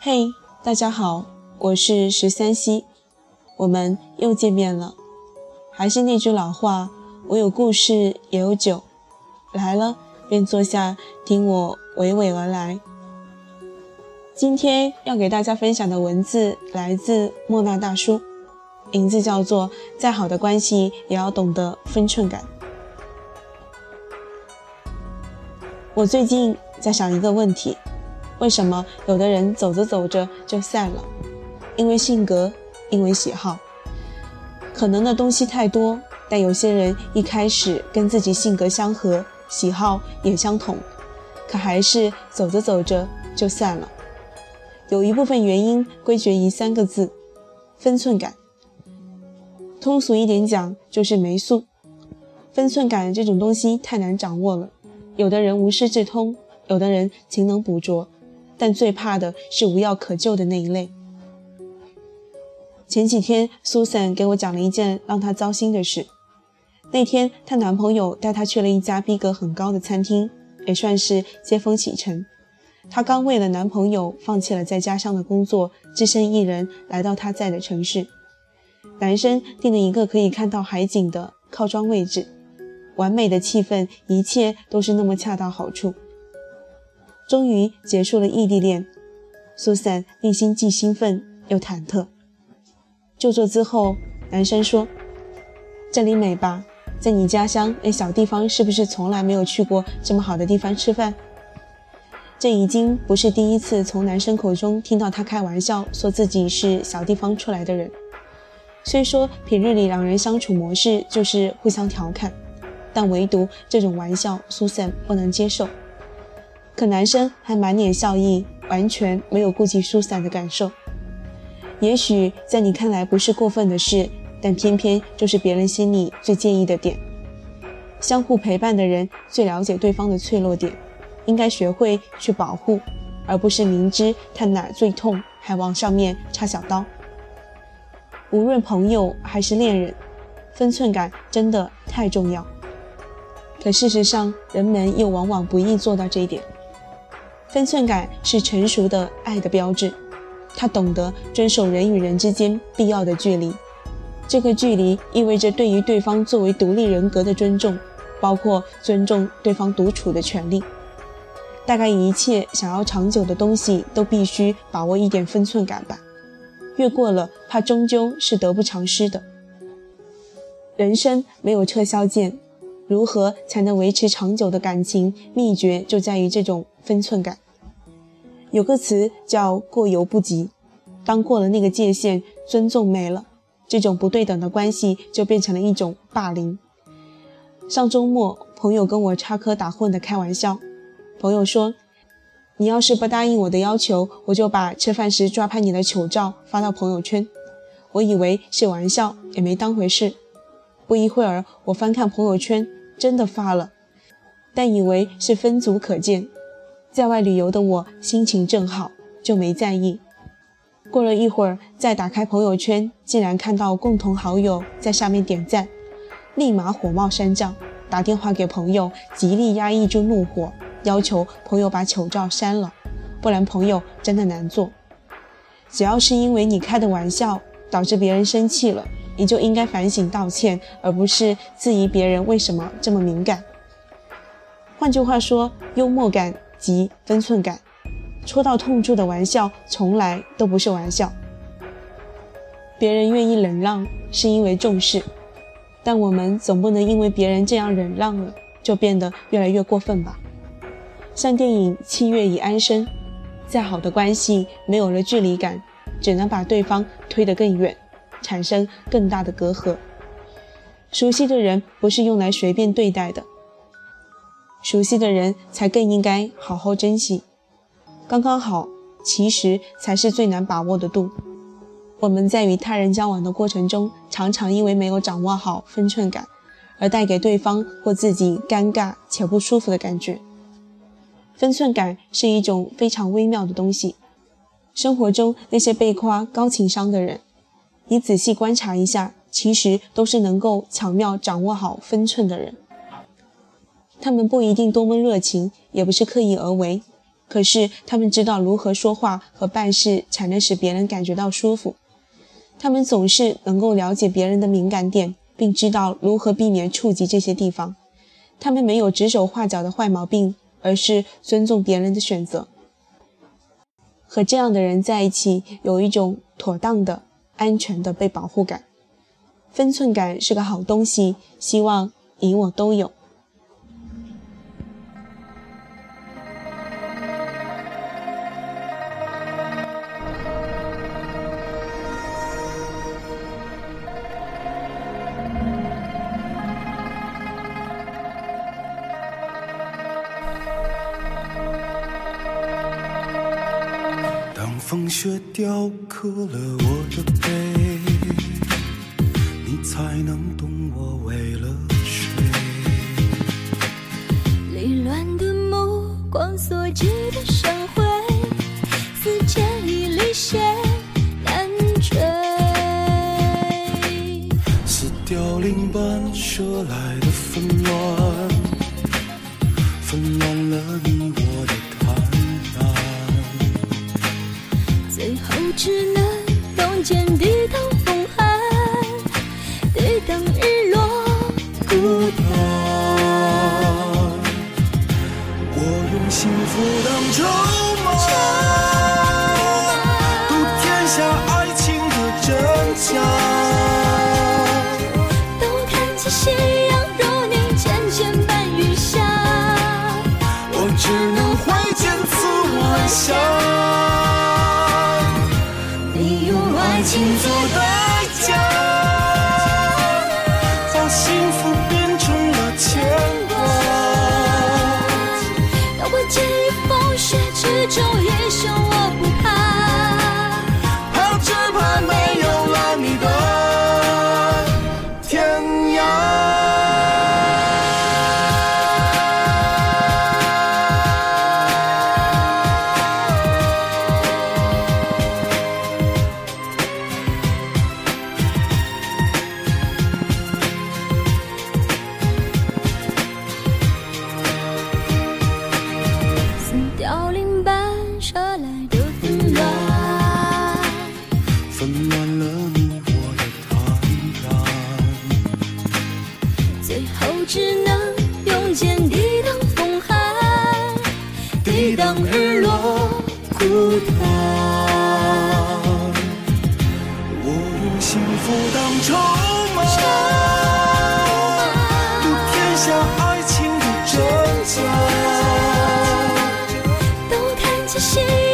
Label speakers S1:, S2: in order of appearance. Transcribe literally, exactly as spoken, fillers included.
S1: 嘿，大家好，我是十三溪，我们又见面了。还是那句老话，我有故事也有酒，来了便坐下听我娓娓而来。今天要给大家分享的文字来自莫那大叔，名字叫做再好的关系也要懂得分寸感。我最近在想一个问题，为什么有的人走着走着就散了？因为性格，因为喜好。可能的东西太多，但有些人一开始跟自己性格相合，喜好也相同，可还是走着走着就散了。有一部分原因归结于三个字：分寸感。通俗一点讲，就是没素。分寸感这种东西太难掌握了，有的人无师自通，有的人勤能补拙，但最怕的是无药可救的那一类。前几天苏珊给我讲了一件让她糟心的事。那天她男朋友带她去了一家逼格很高的餐厅，也算是接风启程。她刚为了男朋友放弃了在家乡的工作，只身一人来到他在的城市。男生订了一个可以看到海景的靠窗位置，完美的气氛，一切都是那么恰到好处。终于结束了异地恋，苏珊内心既兴奋又忐忑。就座之后，男生说：“这里美吧？在你家乡那小地方，是不是从来没有去过这么好的地方吃饭？”这已经不是第一次从男生口中听到他开玩笑说自己是小地方出来的人。虽说平日里两人相处模式就是互相调侃，但唯独这种玩笑苏珊不能接受。可男生还满脸笑意，完全没有顾及苏珊的感受。也许在你看来不是过分的事，但偏偏就是别人心里最介意的点。相互陪伴的人最了解对方的脆弱点，应该学会去保护，而不是明知他哪最痛还往上面插小刀。无论朋友还是恋人，分寸感真的太重要。可事实上，人们又往往不易做到这一点。分寸感是成熟的爱的标志，他懂得遵守人与人之间必要的距离。这个距离意味着对于对方作为独立人格的尊重，包括尊重对方独处的权利。大概一切想要长久的东西都必须把握一点分寸感吧，越过了，怕终究是得不偿失的。人生没有撤销键，如何才能维持长久的感情，秘诀就在于这种分寸感。有个词叫过犹不及，当过了那个界限，尊重没了，这种不对等的关系就变成了一种霸凌。上周末，朋友跟我插科打诨的开玩笑。朋友说：“你要是不答应我的要求，我就把吃饭时抓拍你的糗照发到朋友圈。”我以为是玩笑，也没当回事。不一会儿，我翻看朋友圈，真的发了，但以为是分组可见。在外旅游的我心情正好，就没在意。过了一会儿，再打开朋友圈，竟然看到共同好友在下面点赞，立马火冒三丈，打电话给朋友，极力压抑住怒火，要求朋友把糗照删了，不然朋友真的难做。只要是因为你开的玩笑导致别人生气了，你就应该反省道歉，而不是质疑别人为什么这么敏感。换句话说，幽默感及分寸感，戳到痛处的玩笑从来都不是玩笑。别人愿意忍让是因为重视，但我们总不能因为别人这样忍让了，就变得越来越过分吧。像电影《七月与安生》，再好的关系没有了距离感，只能把对方推得更远，产生更大的隔阂。熟悉的人不是用来随便对待的，熟悉的人才更应该好好珍惜。刚刚好其实才是最难把握的度。我们在与他人交往的过程中，常常因为没有掌握好分寸感，而带给对方或自己尴尬且不舒服的感觉。分寸感是一种非常微妙的东西。生活中那些被夸高情商的人，你仔细观察一下，其实都是能够巧妙掌握好分寸的人。他们不一定多么热情，也不是刻意而为， 可是他们知道如何说话和办事才能使别人感觉到舒服。他们总是能够了解别人的敏感点，并知道如何避免触及这些地方。他们没有指手画脚的坏毛病，而是尊重别人的选择。和这样的人在一起，有一种妥当的、安全的被保护感。分寸感是个好东西，希望你我都有。
S2: 风雪雕刻了我的背，你才能懂我为了谁。
S3: 凌乱的目光所及的生辉，似剑已离血难追。
S2: 似凋零般射来的纷乱，纷乱了你我的
S3: 最后只能用剑抵挡风寒，抵挡日落孤单。
S2: 我用幸福当筹码，赌天下爱情的真假。
S3: 都看见夕阳如你渐渐伴云下，
S2: 我只能挥剑刺晚霞。爱情做代价，把幸福变成了牵挂。
S3: 要我介于风雪之中，一生我不怕，
S2: 怕只怕没有了你的天涯。
S3: 凋零般射来的纷乱，
S2: 纷乱了你我的坦然，
S3: 最后只能用剑抵挡风寒，抵挡日落孤单。
S2: 我用幸福当筹码，赌天下爱情的真假。
S3: 都看见夕